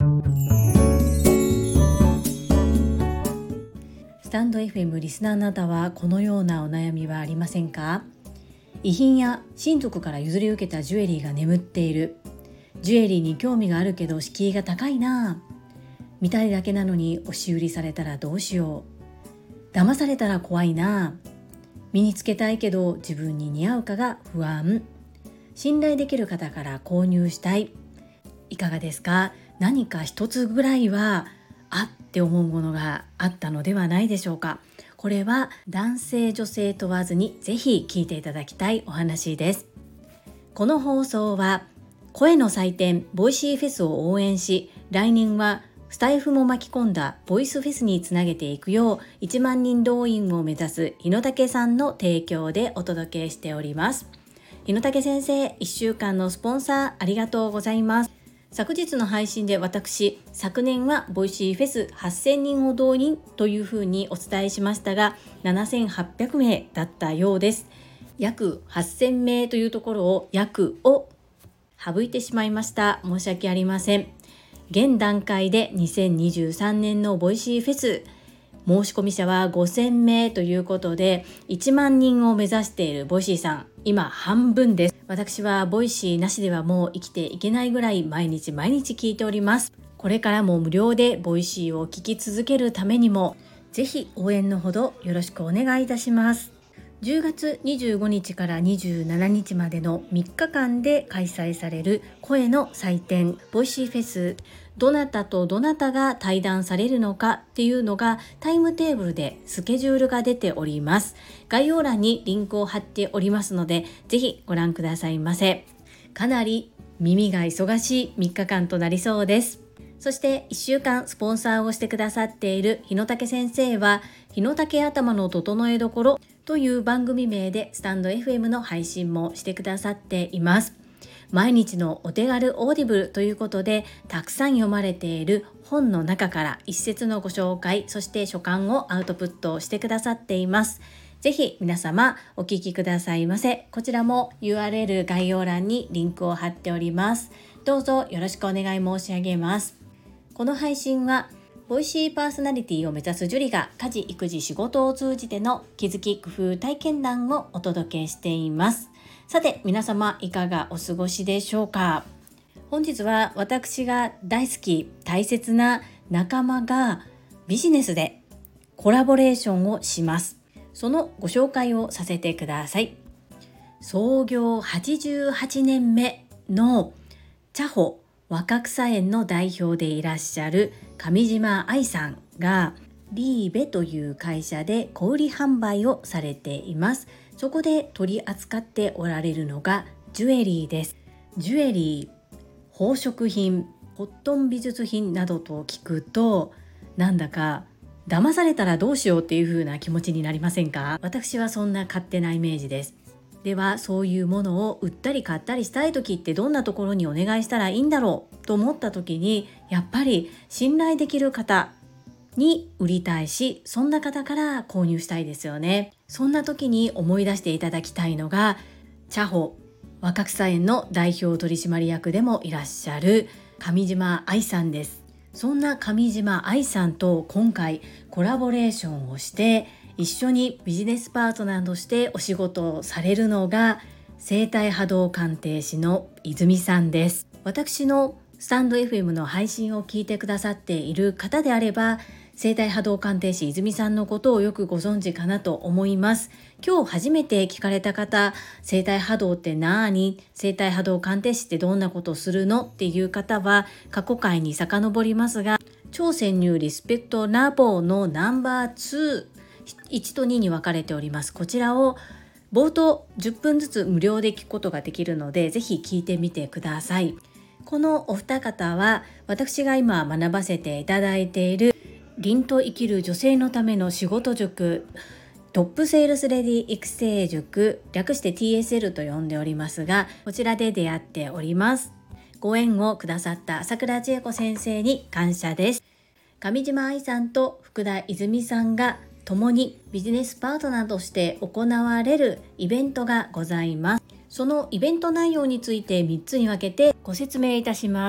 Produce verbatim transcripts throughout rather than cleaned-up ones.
スタンド エフエム リスナーのあなたはこのようなお悩みはありませんか？遺品や親族から譲り受けたジュエリーが眠っている。ジュエリーに興味があるけど敷居が高いな。見たいだけなのに押し売りされたらどうしよう。騙されたら怖いな。身につけたいけど自分に似合うかが不安。信頼できる方から購入したい。いかがですか？何か一つぐらいはあって思うものがあったのではないでしょうか。これは男性女性問わずにぜひ聞いていただきたいお話です。この放送は声の祭典ボイシーフェスを応援し、来年はスタイフも巻き込んだボイスフェスにつなげていくよういちまんにん動員を目指す日野武さんの提供でお届けしております。日野武先生、いっしゅうかんのスポンサーありがとうございます。昨日の配信で私、昨年はボイシーフェスはっせんにんを動員というふうにお伝えしましたが、ななせんはっぴゃくめいだったようです。約はっせんめいというところを約を省いてしまいました。申し訳ありません。現段階でにせんにじゅうさんねんのボイシーフェス申し込み者はごせんめいということで、いちまんにんを目指しているボイシーさん、今半分です。私はボイシーなしではもう生きていけないぐらい毎日毎日聞いております。これからも無料でボイシーを聞き続けるためにも、ぜひ応援のほどよろしくお願いいたします。じゅうがつにじゅうごにちからにじゅうしちにちまでのみっかかんで開催される声の祭典ボイシーフェス、どなたとどなたが対談されるのかっていうのがタイムテーブルでスケジュールが出ております。概要欄にリンクを貼っておりますので、ぜひご覧くださいませ。かなり耳が忙しいみっかかんとなりそうです。そしていっしゅうかんスポンサーをしてくださっている日野武先生は、日野武頭の整えどころという番組名でスタンド エフエム の配信もしてくださっています。毎日のお手軽オーディブルということで、たくさん読まれている本の中から一節のご紹介、そして書簡をアウトプットしてくださっています。ぜひ皆様お聞きくださいませ。こちらも ユーアールエル 概要欄にリンクを貼っております。どうぞよろしくお願い申し上げます。この配信はボイシーパーソナリティを目指すジュリが家事育児仕事を通じての気づき工夫体験談をお届けしています。さて皆様いかがお過ごしでしょうか。本日は私が大好き大切な仲間がビジネスでコラボレーションをします。そのご紹介をさせてください。創業はちじゅうはちねんめの茶穂若草園の代表でいらっしゃる上島愛さんがリーベという会社で小売販売をされています。そこで取り扱っておられるのがジュエリーです。ジュエリー、宝飾品、コットン美術品などと聞くと、なんだか騙されたらどうしようっていう風な気持ちになりませんか？私はそんな勝手なイメージです。ではそういうものを売ったり買ったりしたい時ってどんなところにお願いしたらいいんだろうと思った時に、やっぱり信頼できる方に売りたいし、そんな方から購入したいですよね。そんな時に思い出していただきたいのが茶穂若草園の代表取締役でもいらっしゃる上島愛さんです。そんな上島愛さんと今回コラボレーションをして一緒にビジネスパートナーとしてお仕事をされるのが生体波動鑑定士の泉さんです。私のスタンド エフエム の配信を聞いてくださっている方であれば、生体波動鑑定士泉さんのことをよくご存知かなと思います。今日初めて聞かれた方、生体波動って何？生体波動鑑定士ってどんなことをするの？っていう方は過去回に遡りますが、超潜入リスペクトラボのナンバーツー、いちとにに分かれております。こちらを冒頭じゅっぷんずつ無料で聞くことができるので、ぜひ聞いてみてください。このお二方は私が今学ばせていただいている凛と生きる女性のための仕事塾、トップセールスレディ育成塾、略して ティーエスエル と呼んでおりますが、こちらで出会っております。ご縁をくださった朝倉千恵子先生に感謝です。上島愛さんと福田泉さんが共にビジネスパートナーとして行われるイベントがございます。そのイベント内容についてみっつに分けてご説明いたします。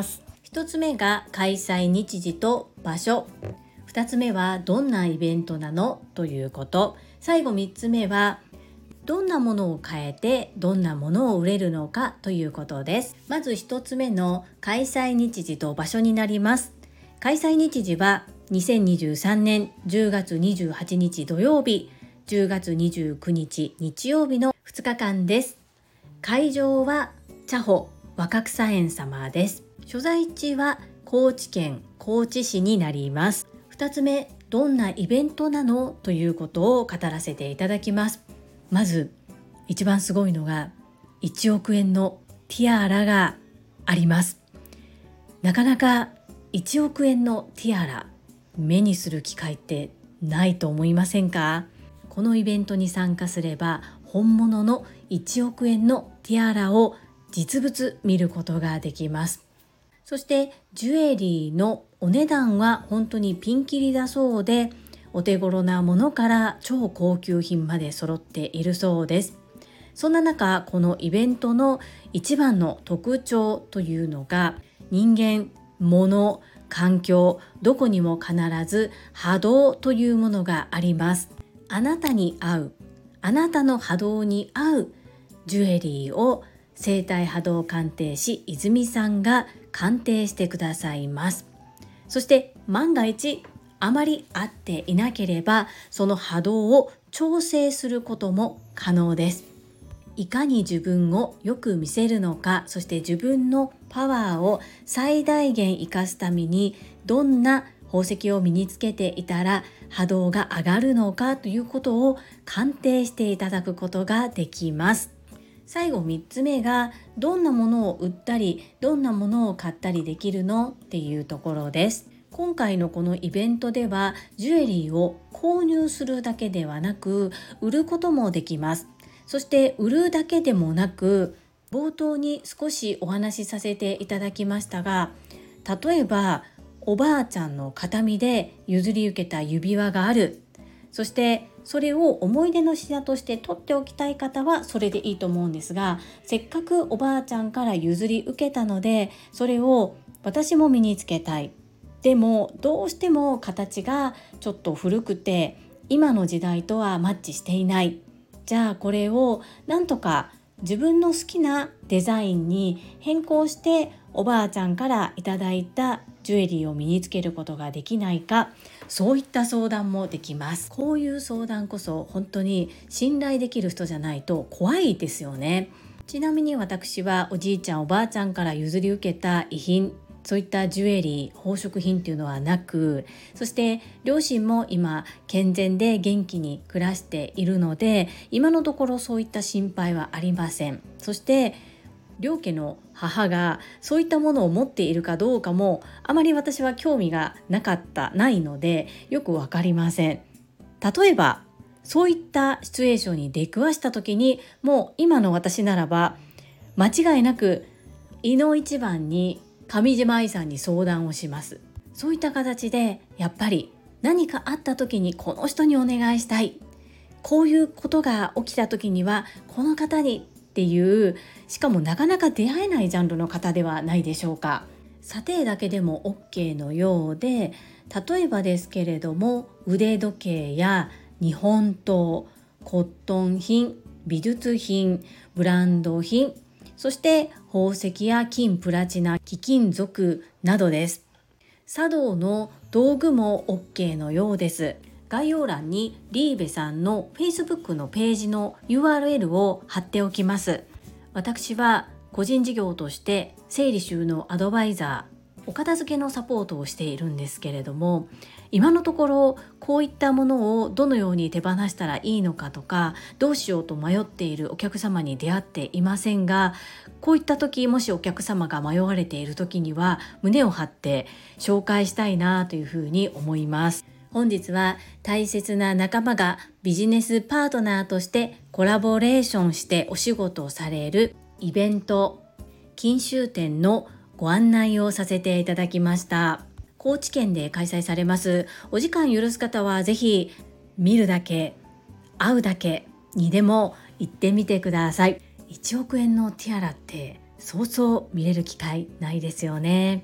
ひとつめが開催日時と場所、ふたつめはどんなイベントなのということ、最後みっつめはどんなものを変えてどんなものを売れるのかということです。まずひとつめの開催日時と場所になります。開催日時はにせんにじゅうさんねんじゅうがつにじゅうはちにち土曜日、じゅうがつにじゅうくにち日曜日のふつかかんです。会場は茶穂若草園様です。所在地は高知県高知市になります。ふたつめ、どんなイベントなのということを語らせていただきます。まず一番すごいのがいちおくえんのティアラがあります。なかなかいちおくえんのティアラ目にする機会ってないと思いませんか？このイベントに参加すれば本物のいちおくえんのティアラを実物見ることができます。そしてジュエリーのお値段は本当にピンキリだそうで、お手頃なものから超高級品まで揃っているそうです。そんな中、このイベントの一番の特徴というのが、人間、物、環境、どこにも必ず波動というものがあります。あなたに合う、あなたの波動に合うジュエリーを生体波動鑑定士泉さんが鑑定してくださいます。そして万が一あまり合っていなければ、その波動を調整することも可能です。いかに自分をよく見せるのか、そして自分のパワーを最大限生かすためにどんな宝石を身につけていたら波動が上がるのかということを鑑定していただくことができます。最後みっつめが、どんなものを売ったりどんなものを買ったりできるのっていうところです。今回のこのイベントではジュエリーを購入するだけではなく売ることもできます。そして売るだけでもなく、冒頭に少しお話しさせていただきましたが、例えばおばあちゃんの形見で譲り受けた指輪がある、そしてそれを思い出の品として取っておきたい方はそれでいいと思うんですが、せっかくおばあちゃんから譲り受けたのでそれを私も身につけたい、でもどうしても形がちょっと古くて今の時代とはマッチしていない、じゃあこれをなんとか自分の好きなデザインに変更しておばあちゃんからいただいたジュエリーを身につけることができないか、そういった相談もできます。こういう相談こそ本当に信頼できる人じゃないと怖いですよね。ちなみに私はおじいちゃんおばあちゃんから譲り受けた遺品、そういったジュエリー、宝飾品っていうのはなく、そして両親も今健全で元気に暮らしているので、今のところそういった心配はありません。そして両家の母がそういったものを持っているかどうかもあまり私は興味がなかったないのでよくわかりません。例えばそういったシチュエーションに出くわした時に、もう今の私ならば間違いなくいの一番に上島愛さんに相談をします。そういった形でやっぱり何かあった時にこの人にお願いしたい、こういうことが起きた時にはこの方にっていう、しかもなかなか出会えないジャンルの方ではないでしょうか。査定だけでも OK のようで、例えばですけれども腕時計や日本刀、コットン品、美術品、ブランド品、そして宝石や金プラチナ貴金属などです。茶道の道具も OK のようです。概要欄にリーベさんの Facebook のページの ユーアールエル を貼っておきます。私は個人事業として整理収納アドバイザー、お片付けのサポートをしているんですけれども、今のところこういったものをどのように手放したらいいのかとか、どうしようと迷っているお客様に出会っていませんが、こういった時、もしお客様が迷われている時には胸を張って紹介したいなというふうに思います。本日は大切な仲間がビジネスパートナーとしてコラボレーションしてお仕事をされるイベント金秋展のご案内をさせていただきました。高知県で開催されます。お時間許す方はぜひ見るだけ会うだけにでも行ってみてください。いちおくえんのティアラってそうそう見れる機会ないですよね。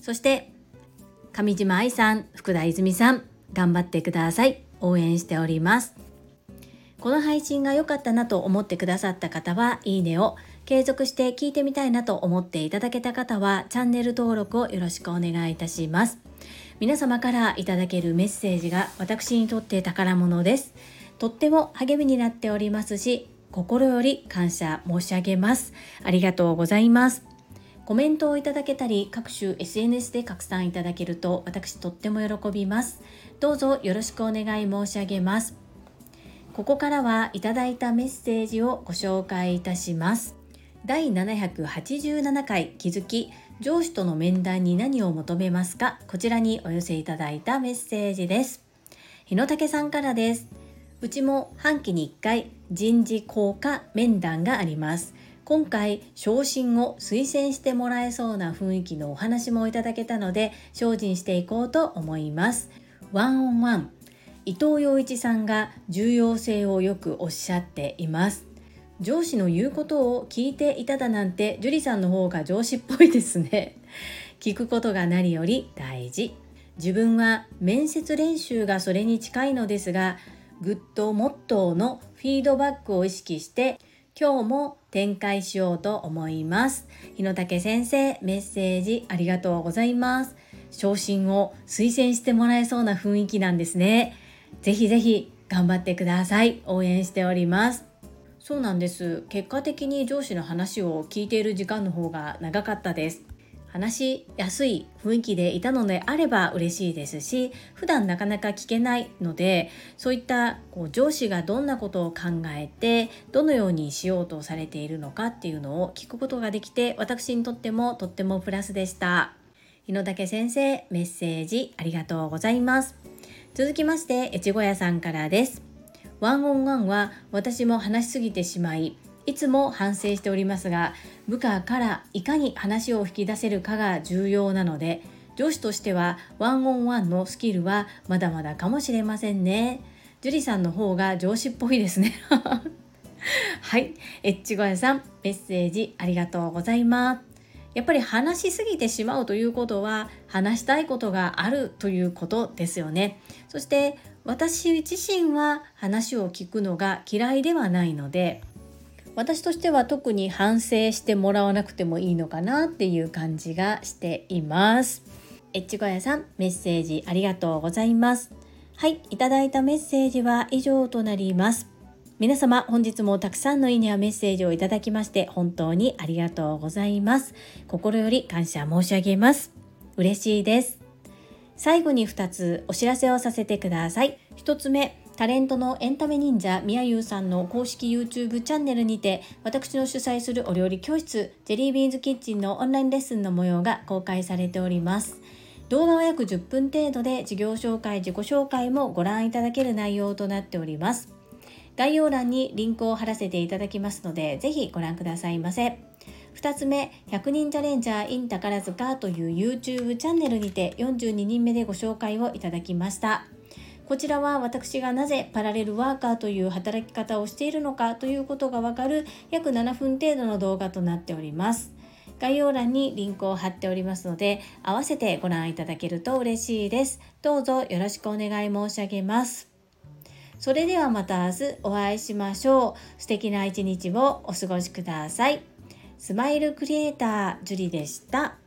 そして上島愛さん、福田泉さん、頑張ってください。応援しております。この配信が良かったなと思ってくださった方はいいねを、継続して聞いてみたいなと思っていただけた方はチャンネル登録をよろしくお願いいたします。皆様からいただけるメッセージが私にとって宝物です。とっても励みになっておりますし、心より感謝申し上げます。ありがとうございます。コメントをいただけたり、各種 エスエヌエス で拡散いただけると私とっても喜びます。どうぞよろしくお願い申し上げます。ここからはいただいたメッセージをご紹介いたします。だいななひゃくはちじゅうななかい気づき、上司との面談に何を求めますか、こちらにお寄せいただいたメッセージです。日野武さんからです。うちも半期にいっかい人事効果面談があります。今回昇進を推薦してもらえそうな雰囲気のお話もいただけたので精進していこうと思います。ワンオンワン、伊藤洋一さんが重要性をよくおっしゃっています。上司の言うことを聞いていただなんて、樹里さんの方が上司っぽいですね。聞くことが何より大事。自分は面接練習がそれに近いのですが、グッドモットーのフィードバックを意識して今日も展開しようと思います。日野武先生、メッセージありがとうございます。昇進を推薦してもらえそうな雰囲気なんですね。ぜひぜひ頑張ってください。応援しております。そうなんです。結果的に上司の話を聞いている時間の方が長かったです。話しやすい雰囲気でいたのであれば嬉しいですし、普段なかなか聞けないので、そういったこう上司がどんなことを考えてどのようにしようとされているのかっていうのを聞くことができて、私にとってもとってもプラスでした。日野武先生、メッセージありがとうございます。続きまして越後屋さんからです。ワンオンワンは私も話しすぎてしまい、いつも反省しておりますが、部下からいかに話を引き出せるかが重要なので、上司としてはワンオンワンのスキルはまだまだかもしれませんね。樹里さんの方が上司っぽいですね。はい、越後屋さん、メッセージありがとうございます。やっぱり話しすぎてしまうということは、話したいことがあるということですよね。そして私自身は話を聞くのが嫌いではないので、私としては特に反省してもらわなくてもいいのかなっていう感じがしています。越後屋さん、メッセージありがとうございます。はい、いただいたメッセージは以上となります。皆様、本日もたくさんのいいねやメッセージをいただきまして本当にありがとうございます。心より感謝申し上げます。嬉しいです。最後にふたつお知らせをさせてください。ひとつめ、タレントのエンタメ忍者みやゆうさんの公式 YouTube チャンネルにて、私の主催するお料理教室ジェリービーンズキッチンのオンラインレッスンの模様が公開されております。動画は約じゅっぷん程度で、事業紹介、自己紹介もご覧いただける内容となっております。概要欄にリンクを貼らせていただきますので、ぜひご覧くださいませ。ふたつめ、ひゃくにんチャレンジャー in 宝塚という YouTube チャンネルにてよんじゅうににんめでご紹介をいただきました。こちらは私がなぜパラレルワーカーという働き方をしているのかということがわかる約ななふん程度の動画となっております。概要欄にリンクを貼っておりますので、合わせてご覧いただけると嬉しいです。どうぞよろしくお願い申し上げます。それではまた明日お会いしましょう。素敵な一日をお過ごしください。スマイルクリエイタージュリでした。